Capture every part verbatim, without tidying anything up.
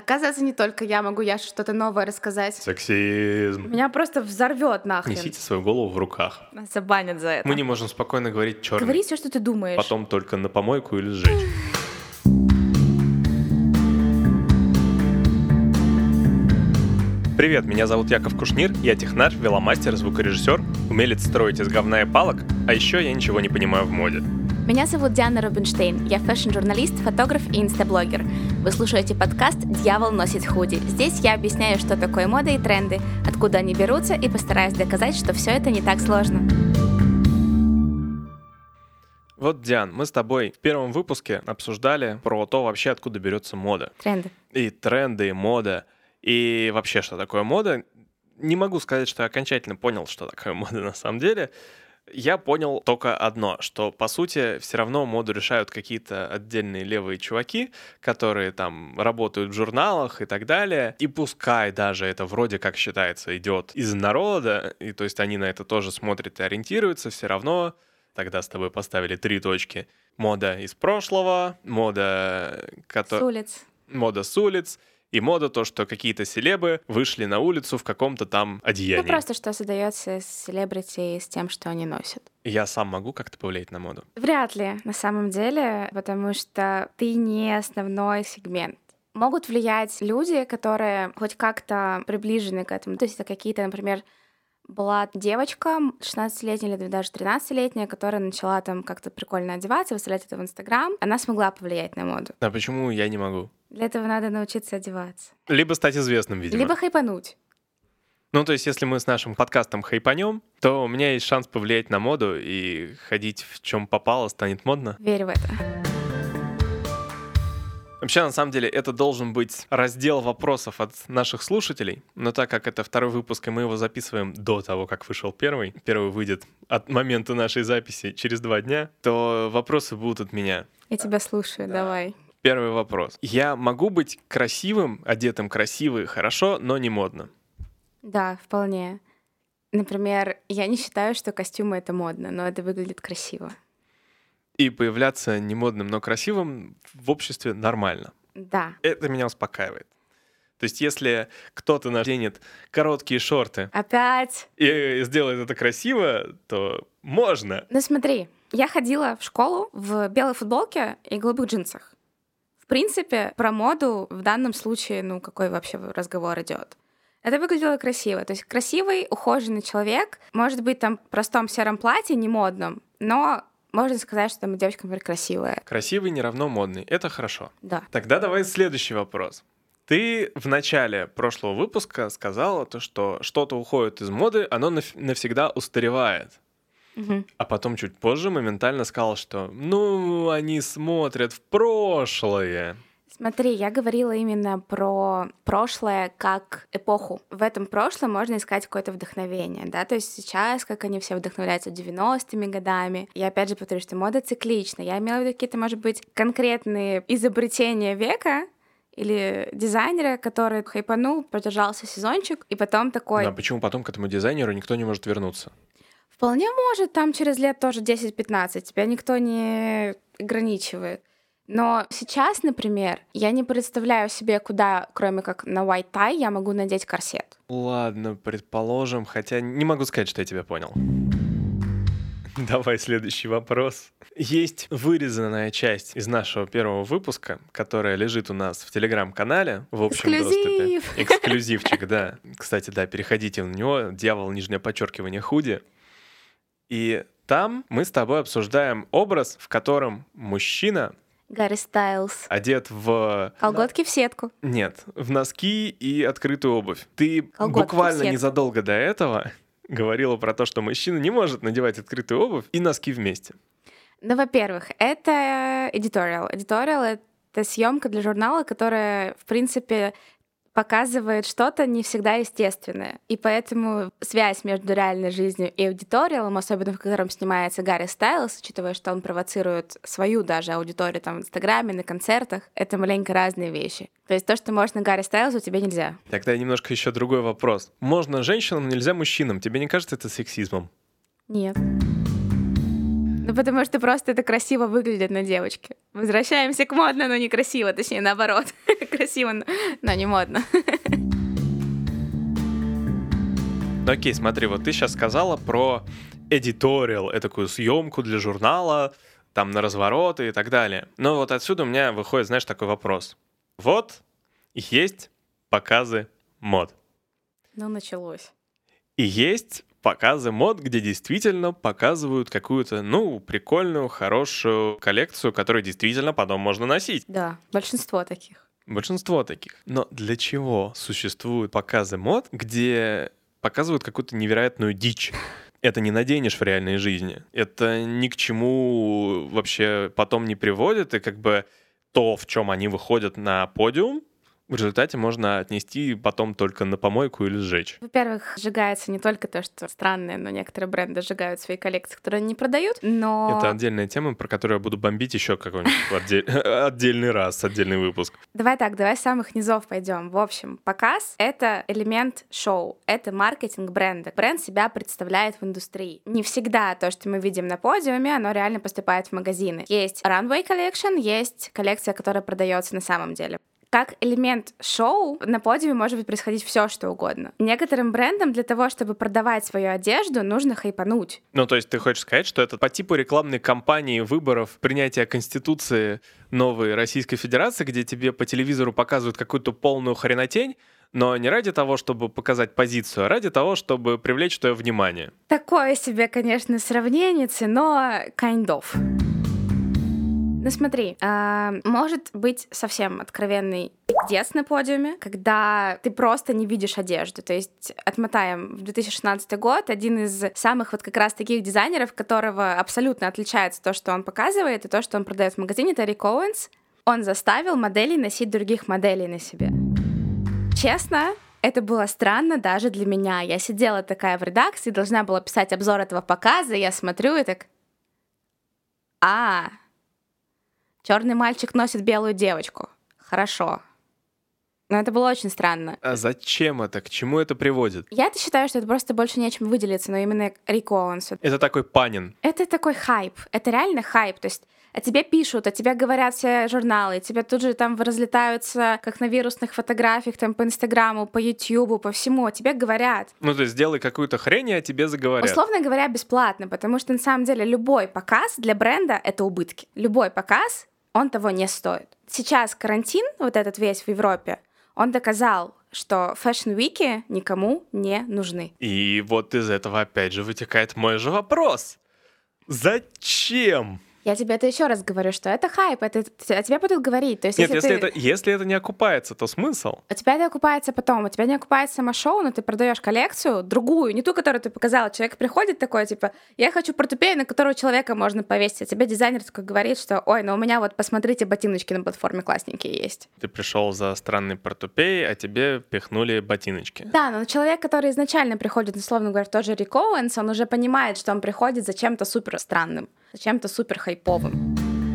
Оказывается, не только я могу Яше что-то новое рассказать. Сексизм. Меня просто взорвет нахрен. Несите свою голову в руках. Нас забанят за это. Мы не можем спокойно говорить черный. Говори все, что ты думаешь. Потом только на помойку или сжечь. Привет, меня зовут Яков Кушнир, я технарь, веломастер, звукорежиссер, умелец строить из говна и палок, а еще я ничего не понимаю в моде. Меня зовут Диана Рубинштейн, я фэшн-журналист, фотограф и инстаблогер. Вы слушаете подкаст «Дьявол носит худи». Здесь я объясняю, что такое мода и тренды, откуда они берутся, и постараюсь доказать, что все это не так сложно. Вот, Диан, мы с тобой в первом выпуске обсуждали про то вообще, откуда берется мода. Тренды. И тренды, и мода, и вообще, что такое мода. Не могу сказать, что я окончательно понял, что такое мода на самом деле. Я понял только одно, что, по сути, все равно моду решают какие-то отдельные левые чуваки, которые там работают в журналах и так далее. И пускай даже это вроде как считается идет из народа, и то есть они на это тоже смотрят и ориентируются, все равно тогда с тобой поставили три точки. Мода из прошлого, мода... Кото... С улиц. Мода с улиц. И мода то, что какие-то селебы вышли на улицу в каком-то там одеянии. Ну, просто что создается с селебрити, с тем, что они носят. Я сам могу как-то повлиять на моду? Вряд ли, на самом деле, потому что ты не основной сегмент. Могут влиять люди, которые хоть как-то приближены к этому. То есть это какие-то, например, была девочка шестнадцатилетняя или даже тринадцатилетняя, которая начала там как-то прикольно одеваться, выставлять это в Инстаграм. Она смогла повлиять на моду. А почему я не могу? Для этого надо научиться одеваться. Либо стать известным, видимо. Либо хайпануть. Ну, то есть, если мы с нашим подкастом хайпанем, то у меня есть шанс повлиять на моду, и ходить в чем попало станет модно. Верю в это. Вообще, на самом деле, это должен быть раздел вопросов от наших слушателей, но так как это второй выпуск, и мы его записываем до того, как вышел первый, первый выйдет от момента нашей записи через два дня, то вопросы будут от меня. Я тебя слушаю, давай. Первый вопрос. Я могу быть красивым, одетым красиво и хорошо, но не модно? Да, вполне. Например, я не считаю, что костюмы — это модно, но это выглядит красиво. И появляться не модным, но красивым в обществе нормально. Да. Это меня успокаивает. То есть если кто-то наденет короткие шорты Опять? и сделает это красиво, то можно. Ну смотри, я ходила в школу в белой футболке и голубых джинсах. В принципе, про моду в данном случае, ну какой вообще разговор идет? Это выглядело красиво. То есть красивый, ухоженный человек, может быть, там в простом сером платье, не модном, но можно сказать, что там девочка, например, красивая. Красивый не равно модный. Это хорошо. Да. Тогда давай следующий вопрос. Ты в начале прошлого выпуска сказала то, что что-то уходит из моды, оно навсегда устаревает. Угу. А потом чуть позже моментально сказала, что ну, они смотрят в прошлое. Смотри, я говорила именно про прошлое как эпоху. В этом прошлом можно искать какое-то вдохновение, да, то есть сейчас, как они все вдохновляются девяностыми годами. Я опять же повторю, что мода циклична. Я имела в виду какие-то, может быть, конкретные изобретения века или дизайнера, который хайпанул, продержался сезончик, и потом такой... А почему потом к этому дизайнеру никто не может вернуться? Вполне может, там через лет тоже десять-пятнадцать. Тебя никто не ограничивает. Но сейчас, например, я не представляю себе, куда, кроме как на white tie, я могу надеть корсет. Ладно, предположим, хотя не могу сказать, что я тебя понял. Давай следующий вопрос. Есть вырезанная часть из нашего первого выпуска, которая лежит у нас в Телеграм-канале в общем Эксклюзив. доступе. Эксклюзивчик, да. Кстати, да, переходите на него. Дьявол, нижнее подчеркивание, худи. И там мы с тобой обсуждаем образ, в котором мужчина Гарри Стайлз. одет в... Колготки в сетку. Нет, в носки и открытую обувь. Ты Колготки буквально в сетку. незадолго до этого говорила про то, что мужчина не может надевать открытую обувь и носки вместе. Ну, во-первых, это editorial. Editorial — это съемка для журнала, которая, в принципе, показывает что-то не всегда естественное. И поэтому связь между реальной жизнью и аудиториалом, особенно в котором снимается Гарри Стайлз, учитывая, что он провоцирует свою даже аудиторию там в Инстаграме, на концертах, это маленько разные вещи. То есть то, что можно Гарри Стайлзу, тебе нельзя. Тогда немножко еще другой вопрос. Можно женщинам, нельзя мужчинам. Тебе не кажется это сексизмом? Нет. Ну, потому что просто это красиво выглядит на девочке. Возвращаемся к модно, но некрасиво, точнее, наоборот. Красиво, но не модно. Ну окей, смотри, вот ты сейчас сказала про editorial, такую съемку для журнала, там на развороты и так далее. Но вот отсюда у меня выходит, знаешь, такой вопрос. Вот есть показы мод. Ну, началось. И есть показы мод, где действительно показывают какую-то, ну, прикольную, хорошую коллекцию, которую действительно потом можно носить. Да, большинство таких. Большинство таких. Но для чего существуют показы мод, где показывают какую-то невероятную дичь? Это не наденешь в реальной жизни. Это ни к чему вообще потом не приводит. И как бы то, в чем они выходят на подиум, в результате можно отнести потом только на помойку или сжечь. Во-первых, сжигается не только то, что странное, но некоторые бренды сжигают свои коллекции, которые они не продают, но... Это отдельная тема, про которую я буду бомбить еще какой-нибудь отдельный раз, отдельный выпуск. Давай так, давай с самых низов пойдем. В общем, показ — это элемент шоу, это маркетинг бренда. Бренд себя представляет в индустрии. Не всегда то, что мы видим на подиуме, оно реально поступает в магазины. Есть runway collection, есть коллекция, которая продается на самом деле. Как элемент шоу на подиуме может быть происходить все, что угодно. Некоторым брендам для того, чтобы продавать свою одежду, нужно хайпануть. Ну, то есть ты хочешь сказать, что это по типу рекламной кампании выборов, принятия Конституции новой Российской Федерации, где тебе по телевизору показывают какую-то полную хренотень, но не ради того, чтобы показать позицию, а ради того, чтобы привлечь твое внимание. Такое себе, конечно, сравнение, но kind of. Ну смотри, э, может быть совсем откровенный пиздец на подиуме, когда ты просто не видишь одежду. То есть отмотаем в две тысячи шестнадцатый год, один из самых вот как раз таких дизайнеров, которого абсолютно отличается то, что он показывает, и то, что он продает в магазине, это Рик Оуэнс. Он заставил моделей носить других моделей на себе. Честно, это было странно даже для меня. Я сидела такая в редакции, должна была писать обзор этого показа, и я смотрю и так... А, черный мальчик носит белую девочку. Хорошо. Но это было очень странно. А зачем это? К чему это приводит? Я-то считаю, что это просто больше нечем выделиться, но именно Рик Оуэнс. Это такой панин. Это такой хайп. Это реально хайп. То есть о тебе пишут, о тебе говорят все журналы, тебе тут же там разлетаются, как на вирусных фотографиях, там по Инстаграму, по Ютьюбу, по всему, о тебе говорят. Ну, то есть сделай какую-то хрень, и о тебе заговорят. Условно говоря, бесплатно, потому что на самом деле любой показ для бренда — это убытки. Любой показ, он того не стоит. Сейчас карантин, вот этот весь в Европе, он доказал, что фэшн-вики никому не нужны. И вот из этого опять же вытекает мой же вопрос. Зачем? Я тебе это еще раз говорю, что это хайп, это о тебе будут говорить. То есть, Нет, если, если, ты... это, если это не окупается, то смысл? У тебя это окупается потом, у тебя не окупается само шоу, но ты продаешь коллекцию другую, не ту, которую ты показала. Человек приходит такой, типа, я хочу портупею, на которую человека можно повесить. А тебе дизайнер такой говорит, что, ой, ну у меня вот, посмотрите, ботиночки на платформе классненькие есть. Ты пришел за странной портупеей, а тебе пихнули ботиночки. Да, но человек, который изначально приходит, условно говоря, тоже Рик Оуэнс, он уже понимает, что он приходит за чем-то супер странным, за чем-то супер хайповым.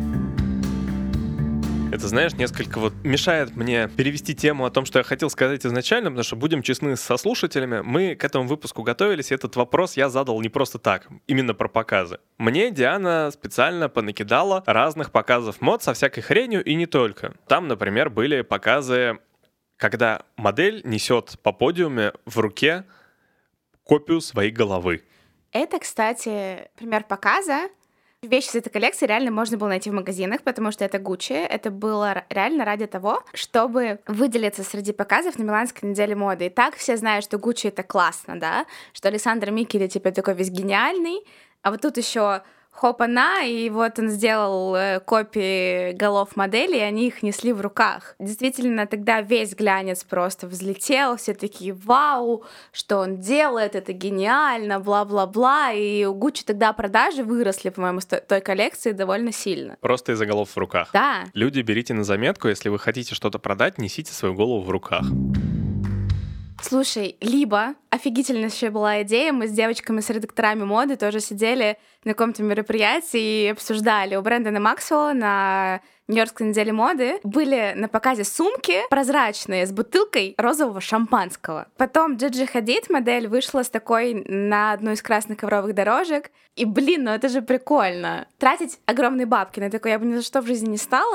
Это, знаешь, несколько вот мешает мне перевести тему о том, что я хотел сказать изначально, потому что, будем честны со слушателями, мы к этому выпуску готовились, и этот вопрос я задал не просто так, именно про показы. Мне Диана специально понакидала разных показов мод со всякой хренью, и не только. Там, например, были показы, когда модель несет по подиуме в руке копию своей головы. Это, кстати, пример показа. Вещи из этой коллекции реально можно было найти в магазинах, потому что это Gucci. Это было реально ради того, чтобы выделиться среди показов на Миланской неделе моды. И так все знают, что Gucci — это классно, да? Что Александр Микеле, типа, такой весь гениальный. А вот тут еще хоп-она, и вот он сделал э, копии голов моделей, и они их несли в руках. Действительно, тогда весь глянец просто взлетел, все такие: вау, что он делает, это гениально, бла-бла-бла. И у Gucci тогда продажи выросли, по-моему, с той коллекции довольно сильно. Просто из-за голов в руках. Да. Люди, берите на заметку, если вы хотите что-то продать, несите свою голову в руках. Слушай, либо офигительнейшая была идея, мы с девочками, с редакторами моды тоже сидели на каком-то мероприятии и обсуждали. У Брэндона Максвелла на Нью-Йоркской неделе моды были на показе сумки прозрачные с бутылкой розового шампанского. Потом Джиджи Хадид, модель, вышла с такой на одну из красных ковровых дорожек. И, блин, ну это же прикольно. Тратить огромные бабки на такое я бы ни за что в жизни не стала,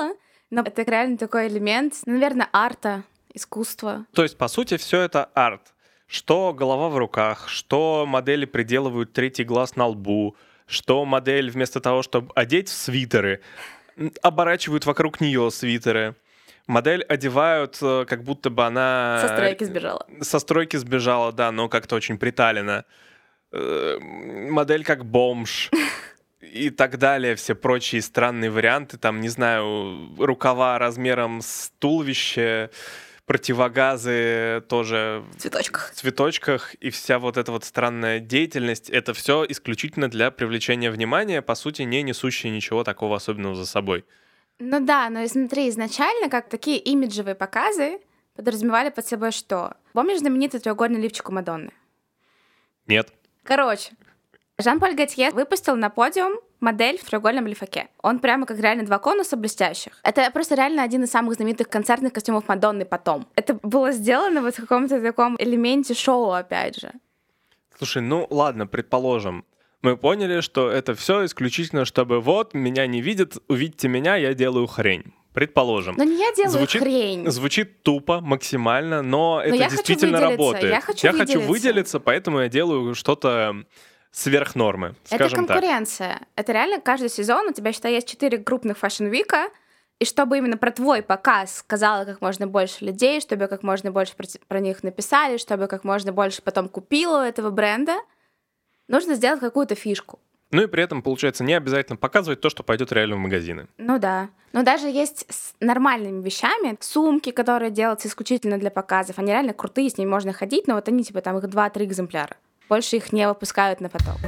Но это реально такой элемент, наверное, арта, искусства. То есть, по сути, все это арт. Что голова в руках, что модели приделывают третий глаз на лбу, что модель вместо того, чтобы одеть в свитеры, оборачивают вокруг нее свитеры. Модель одевают, как будто бы она... Со стройки сбежала. Со стройки сбежала, да, но как-то очень приталено. Модель как бомж. И так далее, все прочие странные варианты. Там, не знаю, рукава размером с туловище, противогазы тоже в цветочках. в цветочках, и вся вот эта вот странная деятельность, это все исключительно для привлечения внимания, по сути, не несущие ничего такого особенного за собой. Ну да, но смотри, изначально как такие имиджевые показы подразумевали под собой что? Помнишь знаменитый треугольный лифчик у Мадонны? Нет. Короче, Жан-Поль Готье выпустил на подиум модель в треугольном лифаке. Он прямо как реально два конуса блестящих. Это просто реально один из самых знаменитых концертных костюмов Мадонны потом. Это было сделано вот в каком-то таком элементе шоу, опять же. Слушай, ну ладно, предположим. Мы поняли, что это все исключительно, чтобы вот, меня не видят, увидьте меня, я делаю хрень. Предположим. Но не я делаю звучит, хрень. Звучит тупо максимально, но, но это я действительно работает. Я хочу я выделиться. хочу выделиться, поэтому я делаю что-то сверх нормы, скажем это конкуренция. Так. Это реально каждый сезон у тебя, считай, есть четыре крупных фэшн-вика, и чтобы именно про твой показ сказала как можно больше людей, чтобы как можно больше про, про них написали, чтобы как можно больше потом купило у этого бренда, нужно сделать какую-то фишку. Ну и при этом, получается, не обязательно показывать то, что пойдет реально в магазины. Ну да. Но даже есть с нормальными вещами, сумки, которые делаются исключительно для показов, они реально крутые, с ними можно ходить, но вот они типа там их два-три экземпляра. Больше их не выпускают на поток.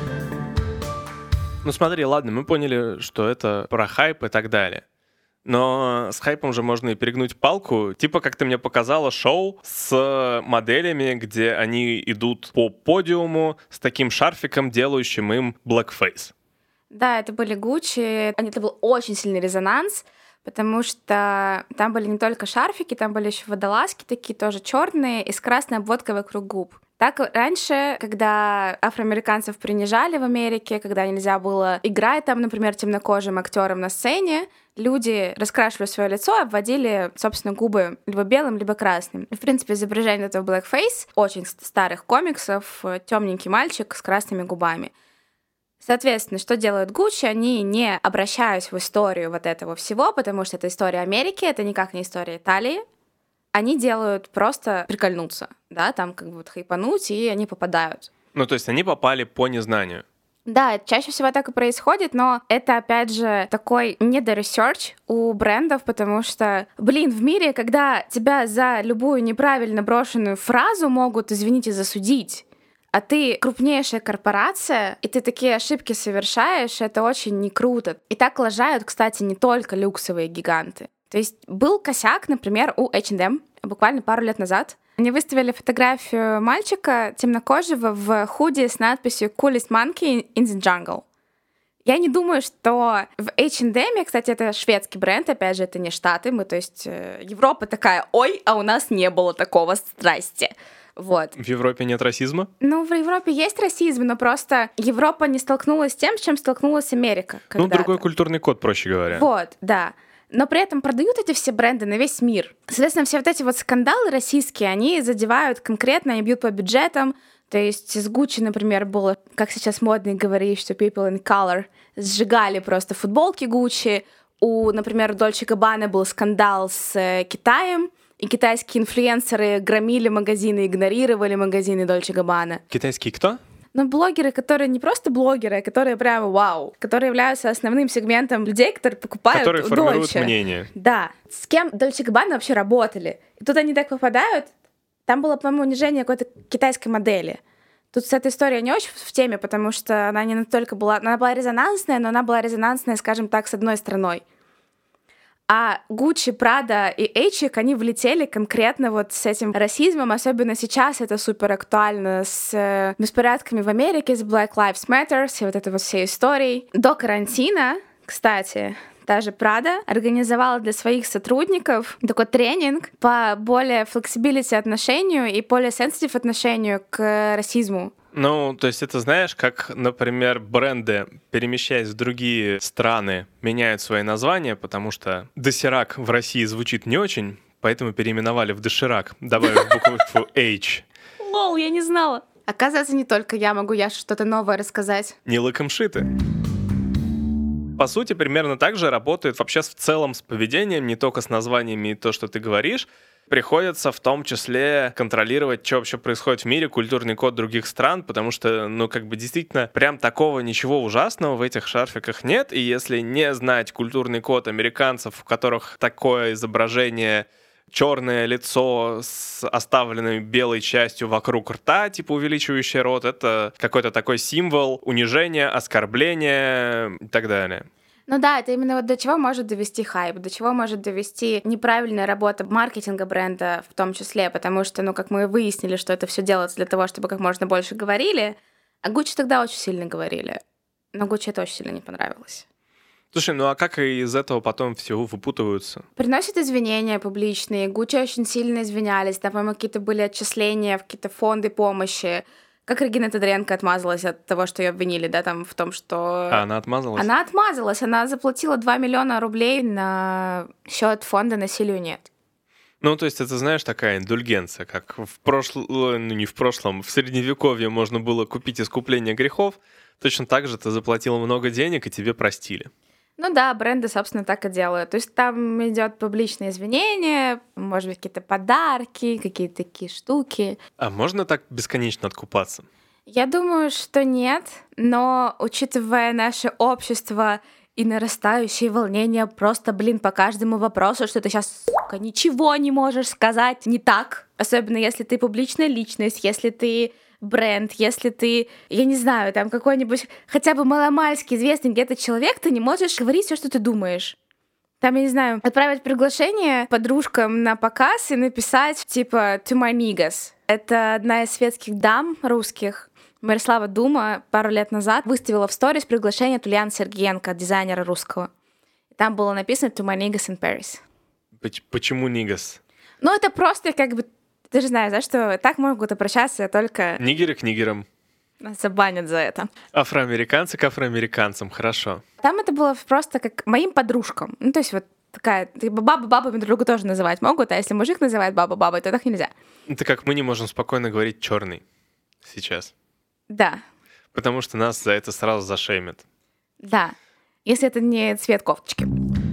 Ну смотри, ладно, мы поняли, что это про хайп и так далее. Но с хайпом же можно и перегнуть палку. Типа, как ты мне показала, шоу с моделями, где они идут по подиуму с таким шарфиком, делающим им blackface. Да, это были Gucci. Это был очень сильный резонанс, потому что там были не только шарфики, там были еще водолазки такие тоже черные и с красной обводкой вокруг губ. Так раньше, когда афроамериканцев принижали в Америке, когда нельзя было играть там, например, темнокожим актером на сцене, люди раскрашивали свое лицо, обводили, собственно, губы либо белым, либо красным. И, в принципе, изображение этого blackface очень старых комиксов, темненький мальчик с красными губами. Соответственно, что делают Gucci? Они не обращаясь в историю вот этого всего, потому что это история Америки, это никак не история Италии. Они делают просто прикольнуться, да, там как бы вот хайпануть, и они попадают. Ну, то есть они попали по незнанию. Да, чаще всего так и происходит, но это, опять же, такой недоресерч у брендов, потому что, блин, в мире, когда тебя за любую неправильно брошенную фразу могут, извините, засудить, а ты крупнейшая корпорация, и ты такие ошибки совершаешь, это очень не круто. И так лажают, кстати, не только люксовые гиганты. То есть был косяк, например, у эйч энд эм буквально пару лет назад. Они выставили фотографию мальчика темнокожего в худи с надписью «Coolest monkey in the jungle». Я не думаю, что в эйч энд эм, кстати, это шведский бренд, опять же, это не Штаты, мы, то есть Европа такая, ой, а у нас не было такого, здрасте. Вот. В Европе нет расизма? Ну, в Европе есть расизм, но просто Европа не столкнулась с тем, с чем столкнулась Америка когда-то. Ну, другой культурный код, проще говоря. Вот, да. Но при этом продают эти все бренды на весь мир. Соответственно, все вот эти вот скандалы российские, они задевают конкретно, они бьют по бюджетам. То есть с Gucci, например, было, как сейчас модно говорить, что people in color сжигали просто футболки Gucci. У, например, Dolce Gabbana был скандал с Китаем, и китайские инфлюенсеры громили магазины, игнорировали магазины Dolce Gabbana. Китайские кто? Но блогеры, которые не просто блогеры, а которые прямо вау, которые являются основным сегментом людей, которые покупают Которые формируют Dolce. мнение. Да. С кем Dolce Gabbana вообще работали? И тут они так попадают. Там было, по-моему, унижение какой-то китайской модели. Тут с этой историей не очень в теме, потому что она не настолько была... Она была резонансная, но она была резонансная, скажем так, с одной стороной. А Gucci, Prada и Эйчик, они влетели конкретно вот с этим расизмом, особенно сейчас это супер актуально с беспорядками в Америке, с Black Lives Matter, и вот этой вот всей историей. До карантина, кстати, та же Prada организовала для своих сотрудников такой тренинг по более flexibility отношению и более sensitive отношению к расизму. Ну, то есть это, знаешь, как, например, бренды, перемещаясь в другие страны, меняют свои названия, потому что доширак в России звучит не очень, поэтому переименовали в доширак, добавив букву H. Лол, я не знала. Оказывается, не только я могу Яше что-то новое рассказать. Не лыком шиты. По сути, примерно так же работает вообще в целом с поведением, не только с названиями и то, что ты говоришь. Приходится в том числе контролировать, что вообще происходит в мире, культурный код других стран, потому что, ну, как бы действительно, прям такого ничего ужасного в этих шарфиках нет, и если не знать культурный код американцев, в которых такое изображение, черное лицо с оставленной белой частью вокруг рта, типа увеличивающий рот, это какой-то такой символ унижения, оскорбления и так далее. Ну да, это именно вот до чего может довести хайп, до чего может довести неправильная работа маркетинга бренда в том числе, потому что, ну, как мы выяснили, что это все делается для того, чтобы как можно больше говорили, а Гуччи тогда очень сильно говорили, но Гуччи это очень сильно не понравилось. Слушай, ну а как из этого потом всего выпутываются? Приносят извинения публичные, Гуччи очень сильно извинялись, там, по-моему, какие-то были отчисления в какие-то фонды помощи. Как Регина Тодоренко отмазалась от того, что ее обвинили, да, там в том, что... А она отмазалась? Она отмазалась, она заплатила два миллиона рублей на счет фонда «Насилию нет». Ну, то есть это, знаешь, такая индульгенция, как в прошлом, ну не в прошлом, в Средневековье можно было купить искупление грехов, точно так же ты заплатил много денег, и тебе простили. Ну да, бренды, собственно, так и делают. То есть там идет публичное извинение, может быть, какие-то подарки, какие-то такие штуки. А можно так бесконечно откупаться? Я думаю, что нет, но учитывая наше общество и нарастающие волнения просто, блин, по каждому вопросу, что ты сейчас, сука, ничего не можешь сказать не так, особенно если ты публичная личность, если ты бренд, если ты, я не знаю, там какой-нибудь хотя бы маломальски известный где-то человек, ты не можешь говорить все, что ты думаешь. Там, я не знаю, отправить приглашение подружкам на показ и написать типа «To my amigas». Это одна из светских дам русских, Мирослава Дума, пару лет назад выставила в сторис приглашение от Ульяны Сергеенко, дизайнера русского. Там было написано «To my niggas in Paris». Почему нигас? Ну, это просто как бы... Ты же знаешь, да, что так могут обращаться только... Нигеры к нигерам. Нас забанят за это. Афроамериканцы к афроамериканцам, хорошо. Там это было просто как моим подружкам. Ну, то есть вот такая... Баба бабами друг друга тоже называть могут, а если мужик называет баба бабой, то так нельзя. Это как мы не можем спокойно говорить черный сейчас. Да. Потому что нас за это сразу зашеймят. Да. Если это не цвет кофточки.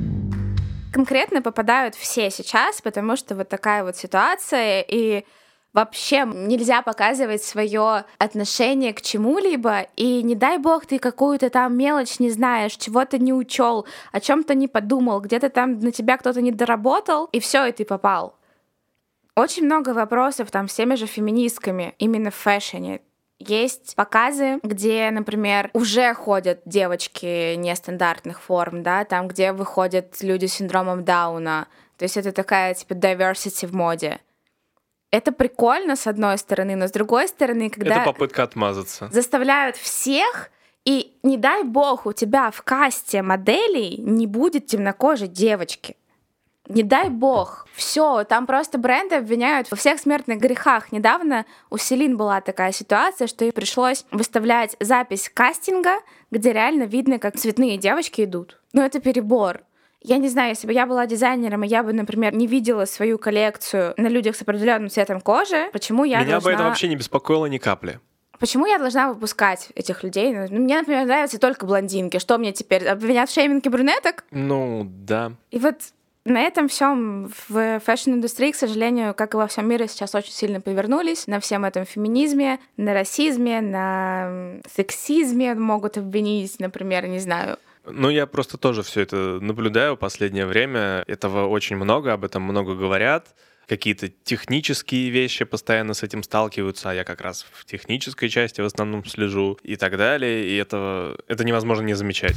Конкретно попадают все сейчас, потому что вот такая вот ситуация, и вообще нельзя показывать свое отношение к чему-либо, и не дай бог ты какую-то там мелочь не знаешь, чего-то не учел, о чем-то не подумал, где-то там на тебя кто-то не доработал, и все, и ты попал. Очень много вопросов там с теми же феминистками именно в фэшне. Есть показы, где, например, уже ходят девочки нестандартных форм, да, там, где выходят люди с синдромом Дауна. То есть это такая, типа, diversity в моде. Это прикольно, с одной стороны, но с другой стороны, когда... Это попытка отмазаться. Заставляют всех, и не дай бог у тебя в касте моделей не будет темнокожей девочки. Не дай бог. Все, там просто бренды обвиняют во всех смертных грехах. Недавно у Селин была такая ситуация, что ей пришлось выставлять запись кастинга, где реально видно, как цветные девочки идут. Ну, это перебор. Я не знаю, если бы я была дизайнером, и я бы, например, не видела свою коллекцию на людях с определенным цветом кожи, почему я Меня должна... бы это вообще не беспокоило ни капли. Почему я должна выпускать этих людей? Ну, мне, например, нравятся только блондинки. Что мне теперь, обвинят в шейминге брюнеток? Ну, да. И вот на этом всем в фэшн-индустрии, к сожалению, как и во всем мире, сейчас очень сильно повернулись. На всем этом феминизме, на расизме, на сексизме могут обвинить, например, не знаю. Ну, я просто тоже все это наблюдаю в последнее время. Этого очень много, об этом много говорят. Какие-то технические вещи постоянно с этим сталкиваются, а я как раз в технической части в основном слежу и так далее. И это, это невозможно не замечать.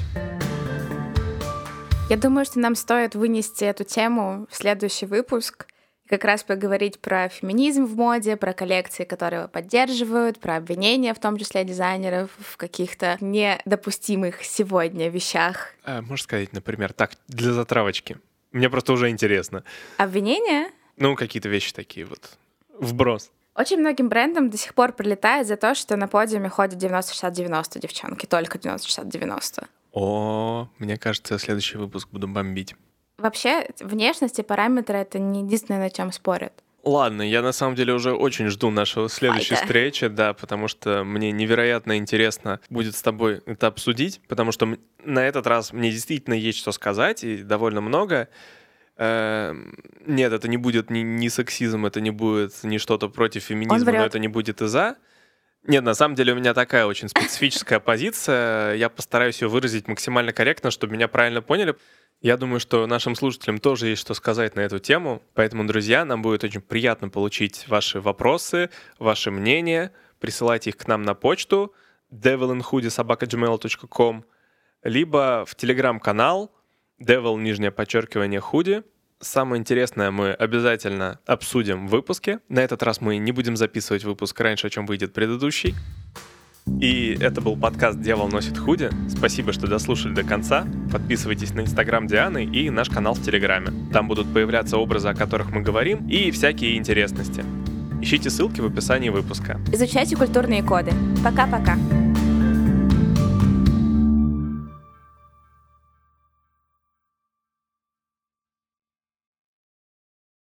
Я думаю, что нам стоит вынести эту тему в следующий выпуск и как раз поговорить про феминизм в моде, про коллекции, которые его поддерживают, про обвинения, в том числе дизайнеров, в каких-то недопустимых сегодня вещах. А, можно сказать, например, так, для затравочки. Мне просто уже интересно. Обвинения? Ну, какие-то вещи такие вот. Вброс. Очень многим брендам до сих пор прилетает за то, что на подиуме ходят девяносто шестьдесят девяносто девчонки, только девяносто шестьдесят девяносто. О, мне кажется, следующий выпуск буду бомбить. Вообще, внешность и параметры — это не единственное, на чем спорят. Ладно, я на самом деле уже очень жду нашего следующей Файта. встречи, да, потому что мне невероятно интересно будет с тобой это обсудить, потому что на этот раз мне действительно есть что сказать, и довольно много. Нет, это не будет ни, ни сексизм, это не будет ни что-то против феминизма, но это не будет и за. Нет, на самом деле у меня такая очень специфическая позиция. Я постараюсь ее выразить максимально корректно, чтобы меня правильно поняли. Я думаю, что нашим слушателям тоже есть что сказать на эту тему. Поэтому, друзья, нам будет очень приятно получить ваши вопросы, ваши мнения. Присылайте их к нам на почту devil in hoodie собака джимейл точка ком либо в телеграм-канал devil, нижнее подчеркивание, худи. Самое интересное мы обязательно обсудим в выпуске. На этот раз мы не будем записывать выпуск раньше, чем выйдет предыдущий. И это был подкаст «Дьявол носит худи». Спасибо, что дослушали до конца. Подписывайтесь на инстаграм Дианы и наш канал в Телеграме. Там будут появляться образы, о которых мы говорим, и всякие интересности. Ищите ссылки в описании выпуска. Изучайте культурные коды. Пока-пока.